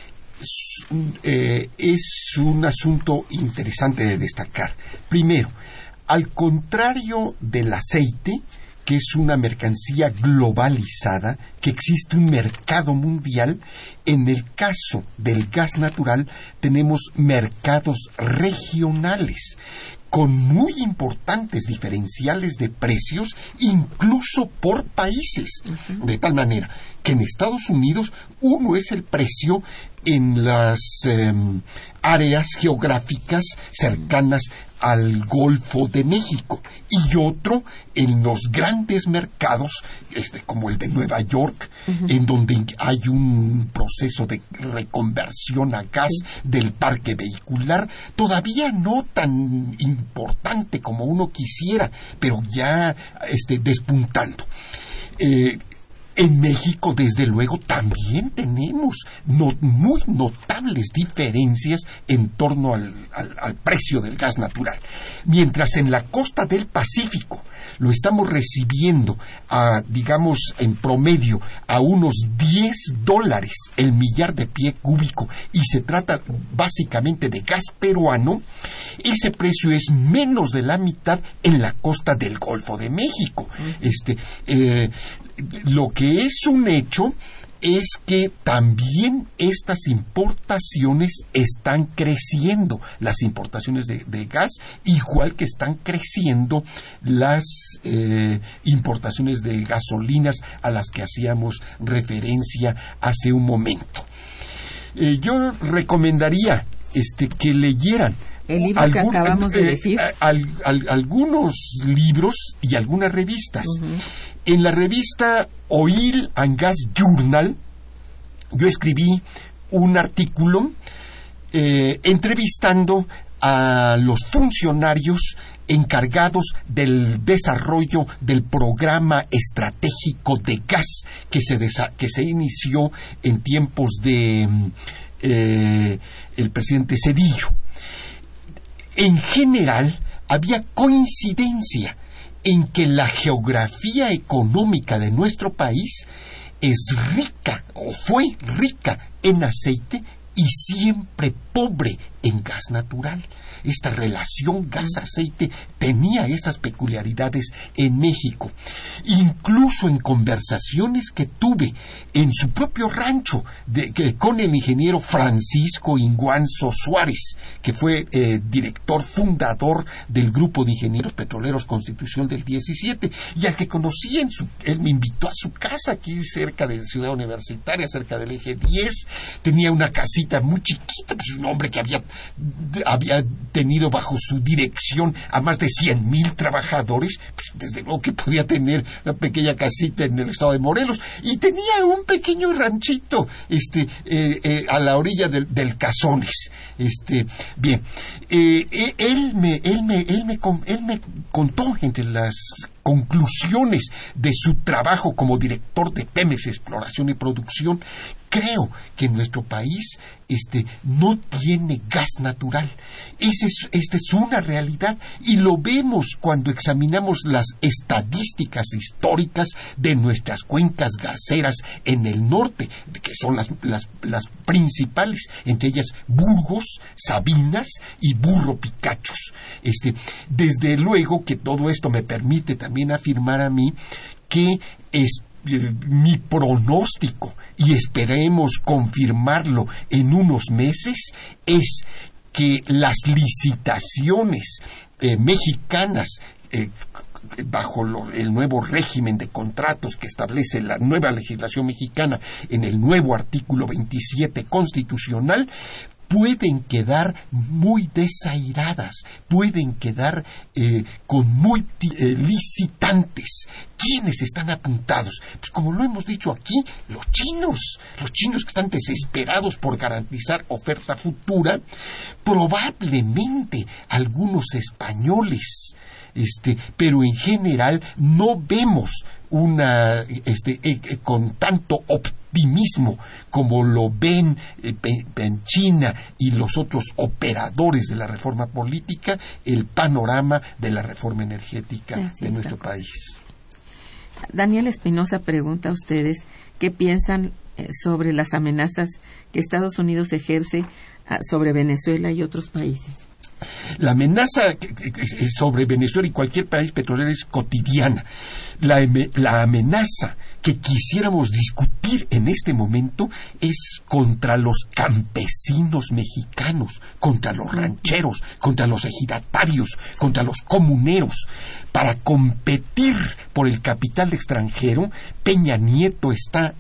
Speaker 5: es un asunto interesante de destacar. Primero, al contrario del aceite, que es una mercancía globalizada, que existe un mercado mundial, en el caso del gas natural tenemos mercados regionales con muy importantes diferenciales de precios, incluso por países. De tal manera que en Estados Unidos uno es el precio en las áreas geográficas cercanas al Golfo de México y otro en los grandes mercados como el de Nueva York, en donde hay un proceso de reconversión a gas del parque vehicular, todavía no tan importante como uno quisiera, pero ya despuntando. En México, desde luego, también tenemos muy notables diferencias en torno al precio del gas natural. Mientras en la costa del Pacífico lo estamos recibiendo digamos, en promedio a unos $10 el millar de pie cúbico, y se trata básicamente de gas peruano, ese precio es menos de la mitad en la costa del Golfo de México. Lo que es un hecho es que también estas importaciones están creciendo, las importaciones de gas, igual que están creciendo las importaciones de gasolinas a las que hacíamos referencia hace un momento. Yo recomendaría que leyeran
Speaker 3: el libro que acabamos de decir,
Speaker 5: algunos libros y algunas revistas. En la revista Oil and Gas Journal yo escribí un artículo entrevistando a los funcionarios encargados del desarrollo del programa estratégico de gas que se inició en tiempos de el presidente Zedillo. En general, había coincidencia en que la geografía económica de nuestro país es rica, o fue rica en aceite, y siempre pobre en gas natural. Esta relación gas-aceite tenía esas peculiaridades en México. Incluso en conversaciones que tuve en su propio rancho con el ingeniero Francisco Inguanzo Suárez, que fue director fundador del Grupo de Ingenieros Petroleros Constitución del 17, y al que conocí él me invitó a su casa aquí cerca de Ciudad Universitaria, cerca del Eje 10. Tenía una casita muy chiquita, pues un hombre que había tenido bajo su dirección a más de 100,000 trabajadores, pues desde luego que podía tener una pequeña casita en el estado de Morelos, y tenía un pequeño ranchito a la orilla del Cazones. Bien, él me contó, entre las conclusiones de su trabajo como director de Pemex Exploración y Producción, creo que nuestro país no tiene gas natural. Esta es una realidad, y lo vemos cuando examinamos las estadísticas históricas de nuestras cuencas gaseras en el norte, que son las principales, entre ellas Burgos, Sabinas y Burro Picachos. Desde luego que todo esto me permite también afirmar a mí que mi pronóstico, y esperemos confirmarlo en unos meses, es que las licitaciones mexicanas bajo el nuevo régimen de contratos que establece la nueva legislación mexicana en el nuevo artículo 27 constitucional, pueden quedar muy desairadas, pueden quedar con muy licitantes. ¿Quiénes están apuntados? Pues como lo hemos dicho aquí, los chinos que están desesperados por garantizar oferta futura, probablemente algunos españoles, pero en general no vemos con tanto optimismo como lo ven en China y los otros operadores de la reforma política, el panorama de la reforma energética de nuestro país.
Speaker 3: Daniel Espinosa pregunta a ustedes qué piensan sobre las amenazas que Estados Unidos ejerce sobre Venezuela y otros países.
Speaker 5: La amenaza sobre Venezuela y cualquier país petrolero es cotidiana. La amenaza que quisiéramos discutir en este momento es contra los campesinos mexicanos, contra los rancheros, contra los ejidatarios, contra los comuneros. Para competir por el capital extranjero, Peña Nieto está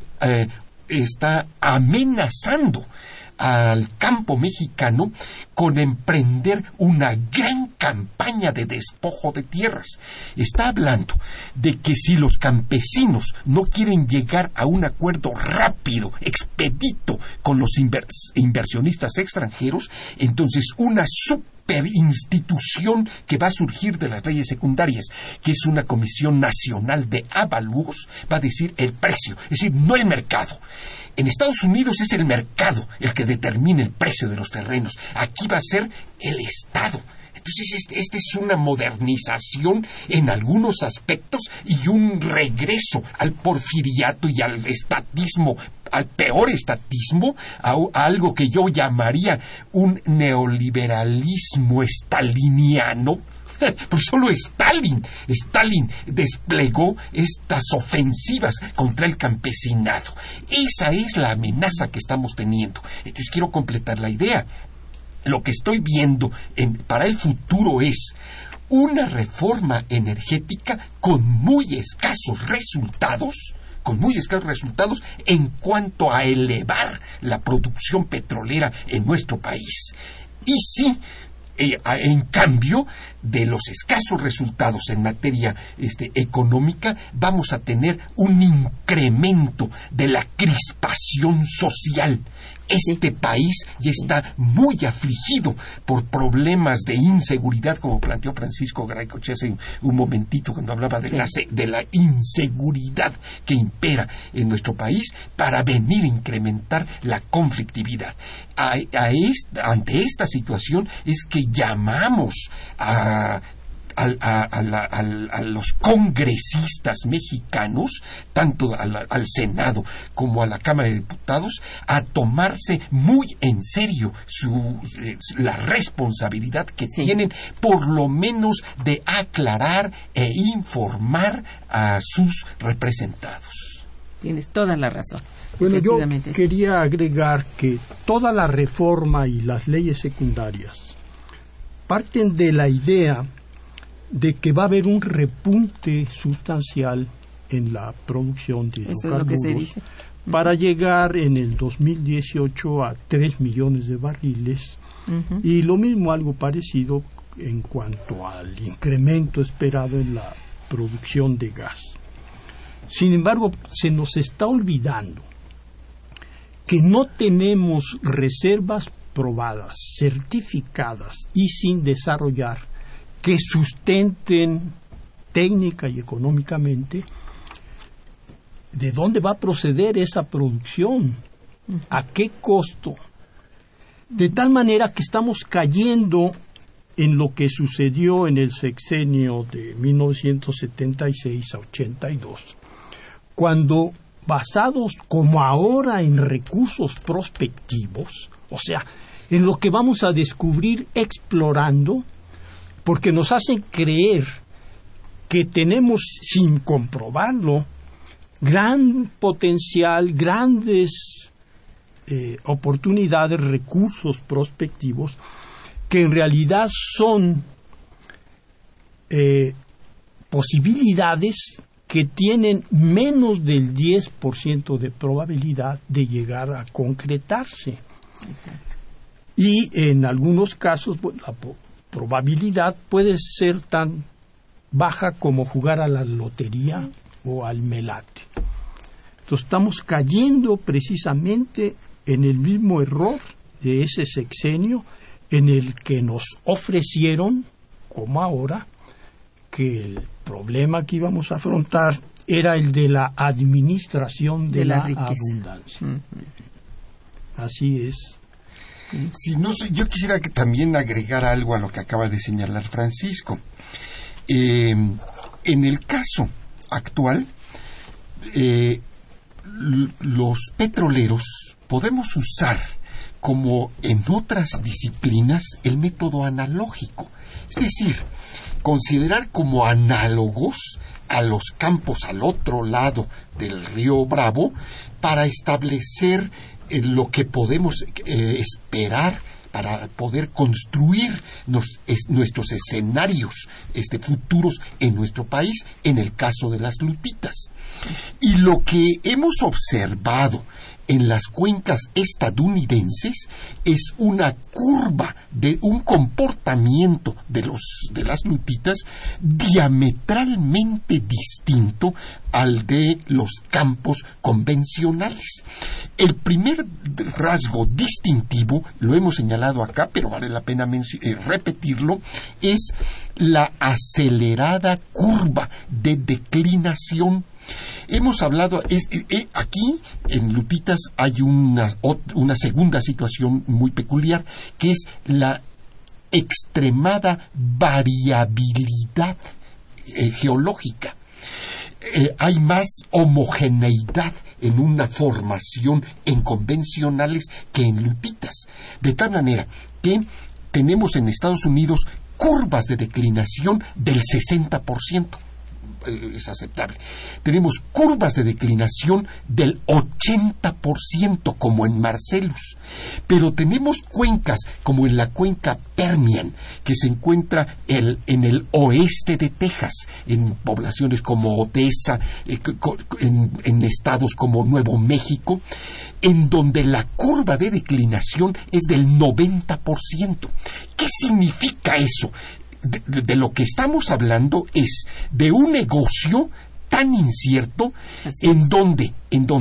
Speaker 5: amenazando al campo mexicano con emprender una gran campaña de despojo de tierras. Está hablando de que si los campesinos no quieren llegar a un acuerdo rápido, expedito con los inversionistas extranjeros, entonces una superinstitución que va a surgir de las leyes secundarias, que es una Comisión Nacional de Avalúos, va a decir el precio, es decir, no el mercado. En Estados Unidos es el mercado el que determina el precio de los terrenos. Aquí va a ser el Estado. Entonces, esta es una modernización en algunos aspectos y un regreso al porfiriato y al estatismo, al peor estatismo, a algo que yo llamaría un neoliberalismo staliniano. Pues solo Stalin desplegó estas ofensivas contra el campesinado. Esa es la amenaza que estamos teniendo. Entonces quiero completar la idea. Lo que estoy viendo para el futuro es una reforma energética con muy escasos resultados en cuanto a elevar la producción petrolera en nuestro país. Y sí, en cambio de los escasos resultados en materia económica, vamos a tener un incremento de la crispación social. Este país ya está muy afligido por problemas de inseguridad, como planteó Francisco Garaycochea hace un momentito cuando hablaba de la inseguridad que impera en nuestro país, para venir a incrementar la conflictividad. Ante esta situación es que llamamos a los congresistas mexicanos, tanto al Senado como a la Cámara de Diputados, a tomarse muy en serio la responsabilidad que tienen, por lo menos de aclarar e informar a sus representados.
Speaker 3: Tienes toda la razón.
Speaker 4: Bueno, yo quería agregar que toda la reforma y las leyes secundarias parten de la idea de que va a haber un repunte sustancial en la producción de hidrocarburos para llegar en el 2018 a 3 millones de barriles, y lo mismo, algo parecido en cuanto al incremento esperado en la producción de gas. Sin embargo, se nos está olvidando que no tenemos reservas probadas, certificadas y sin desarrollar, que sustenten técnica y económicamente de dónde va a proceder esa producción, a qué costo. De tal manera que estamos cayendo en lo que sucedió en el sexenio de 1976 a 82, cuando, basados como ahora en recursos prospectivos, o sea, en lo que vamos a descubrir explorando, porque nos hacen creer que tenemos, sin comprobarlo, gran potencial, grandes oportunidades, recursos prospectivos, que en realidad son posibilidades que tienen menos del 10% de probabilidad de llegar a concretarse.
Speaker 3: Exacto.
Speaker 4: Y en algunos casos la probabilidad puede ser tan baja como jugar a la lotería o al melate. Entonces estamos cayendo precisamente en el mismo error de ese sexenio en el que nos ofrecieron, como ahora, que el problema que íbamos a afrontar era el de la administración de la abundancia. Así es.
Speaker 5: Sí, no sé, yo quisiera que también agregar algo a lo que acaba de señalar Francisco. En el caso actual, los petroleros podemos usar, como en otras disciplinas, el método analógico. Es decir, considerar como análogos a los campos al otro lado del río Bravo para establecer lo que podemos esperar para poder construir nuestros escenarios futuros en nuestro país, en el caso de las lutitas. Y lo que hemos observado en las cuencas estadounidenses es una curva de un comportamiento de las lutitas diametralmente distinto al de los campos convencionales. El primer rasgo distintivo, lo hemos señalado acá, pero vale la pena repetirlo, es la acelerada curva de declinación. Hemos hablado, aquí en lutitas hay una segunda situación muy peculiar, que es la extremada variabilidad geológica. Hay más homogeneidad en una formación en convencionales que en lutitas. De tal manera que tenemos en Estados Unidos curvas de declinación del 60%. Es aceptable. Tenemos curvas de declinación del 80%, como en Marcellus, pero tenemos cuencas como en la cuenca Permian, que se encuentra en el oeste de Texas, en poblaciones como Odessa, en estados como Nuevo México, en donde la curva de declinación es del 90%. ¿Qué significa eso? De lo que estamos hablando es de un negocio tan incierto en donde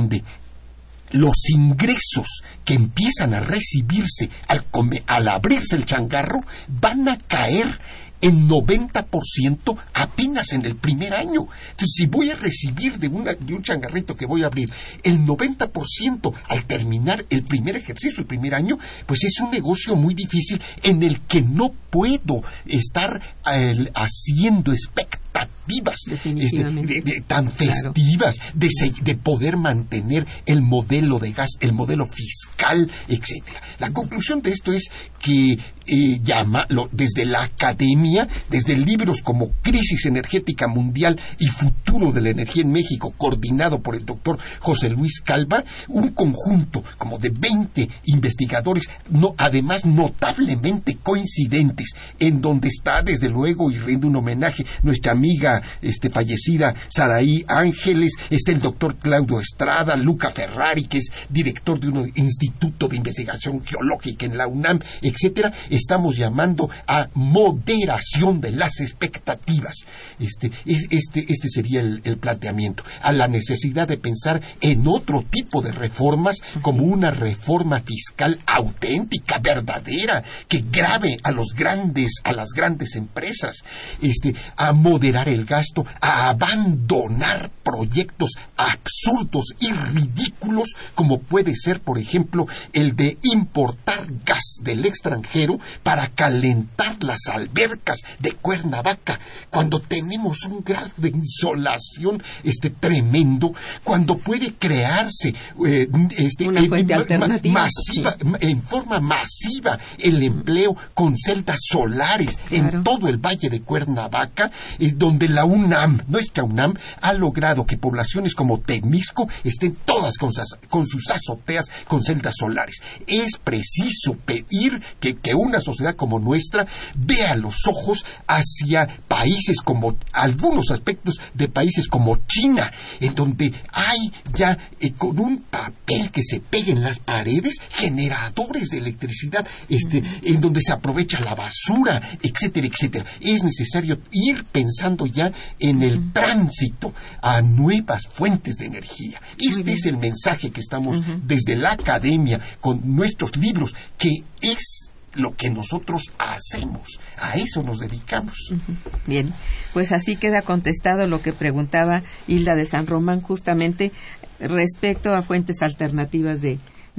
Speaker 5: los ingresos que empiezan a recibirse al abrirse el changarro van a caer en 90% apenas en el primer año. Entonces, si voy a recibir de un changarrito que voy a abrir el 90% al terminar el primer ejercicio, el primer año, pues es un negocio muy difícil en el que no puedo estar haciendo expectativas tan festivas, de poder mantener el modelo de gas, el modelo fiscal, etcétera. La conclusión de esto es que desde la academia, desde libros como Crisis Energética Mundial y Futuro de la Energía en México, coordinado por el doctor José Luis Calva, un conjunto como de 20 investigadores, además notablemente coincidentes, en donde está desde luego, y rinde un homenaje, nuestra amiga fallecida Saraí Ángeles, está el doctor Claudio Estrada, Luca Ferrari, que es director de un instituto de investigación geológica en la UNAM, etcétera. Estamos llamando a moderación de las expectativas. Este sería el planteamiento, a la necesidad de pensar en otro tipo de reformas, como una reforma fiscal auténtica, verdadera, que grave a las grandes empresas, a moderar el gasto, a abandonar proyectos absurdos y ridículos, como puede ser, por ejemplo, el de importar gas del extranjero para calentar las albercas de Cuernavaca, cuando tenemos un grado de insolación tremendo, cuando puede crearse
Speaker 3: una fuente alternativa
Speaker 5: masiva, en forma masiva, el empleo con celdas solares en todo el valle de Cuernavaca, donde la UNAM, nuestra UNAM, ha logrado que poblaciones como Temixco estén todas con sus azoteas con celdas solares. Es preciso pedir que una sociedad como nuestra vea los ojos hacia países como, algunos aspectos de países como China, en donde hay ya con un papel que se pega en las paredes, generadores de electricidad, en donde se aprovecha la basura, etcétera, etcétera. Es necesario ir pensando ya en el tránsito a nuevas fuentes de energía. Este es el mensaje que estamos desde la academia, con nuestros libros, que es lo que nosotros hacemos, a eso nos dedicamos.
Speaker 3: Bien, pues así queda contestado lo que preguntaba Hilda de San Román, justamente respecto a fuentes alternativas de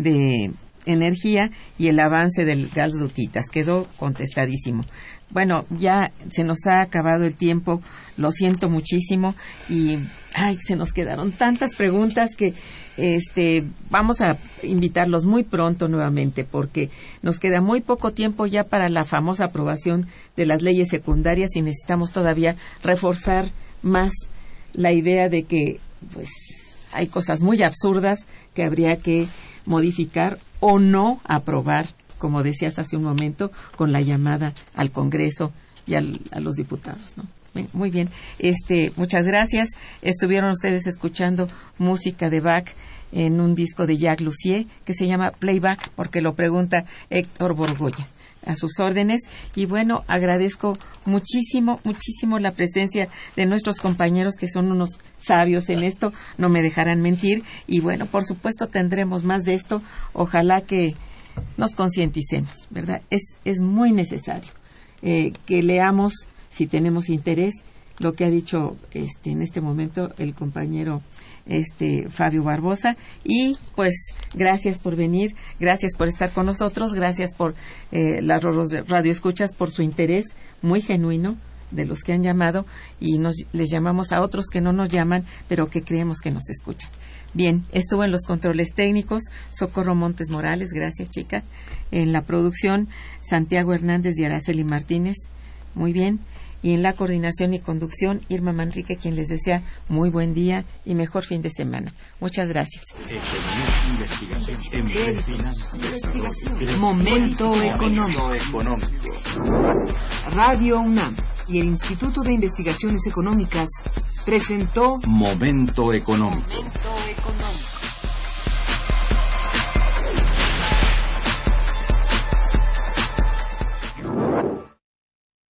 Speaker 3: energía y el avance del gas dutitas. Quedó contestadísimo. Bueno, ya se nos ha acabado el tiempo, lo siento muchísimo, y se nos quedaron tantas preguntas que vamos a invitarlos muy pronto nuevamente, porque nos queda muy poco tiempo ya para la famosa aprobación de las leyes secundarias y necesitamos todavía reforzar más la idea de que pues hay cosas muy absurdas que habría que modificar o no aprobar, como decías hace un momento, con la llamada al Congreso y a los diputados, ¿no? Muy bien. Muchas gracias. Estuvieron ustedes escuchando música de Bach en un disco de Jacques Lussier que se llama Playback, porque lo pregunta Héctor Borgoya. A sus órdenes. Y bueno, agradezco muchísimo, muchísimo la presencia de nuestros compañeros, que son unos sabios en esto, no me dejarán mentir. Y bueno, por supuesto tendremos más de esto. Ojalá que nos concienticemos, ¿verdad? Es muy necesario que leamos, si tenemos interés, lo que ha dicho en este momento el compañero Fabio Barbosa. Y pues gracias por venir, gracias por estar con nosotros, gracias por las radioescuchas, por su interés muy genuino de los que han llamado, y les llamamos a otros que no nos llaman, pero que creemos que nos escuchan. Bien, estuvo en los controles técnicos Socorro Montes Morales, gracias chica. En la producción Santiago Hernández y Araceli Martínez, muy bien. Y en la coordinación y conducción Irma Manrique, quien les desea muy buen día y mejor fin de semana. Muchas gracias.
Speaker 1: Momento económico. Radio UNAM y el Instituto de Investigaciones Económicas presentó
Speaker 2: Momento económico.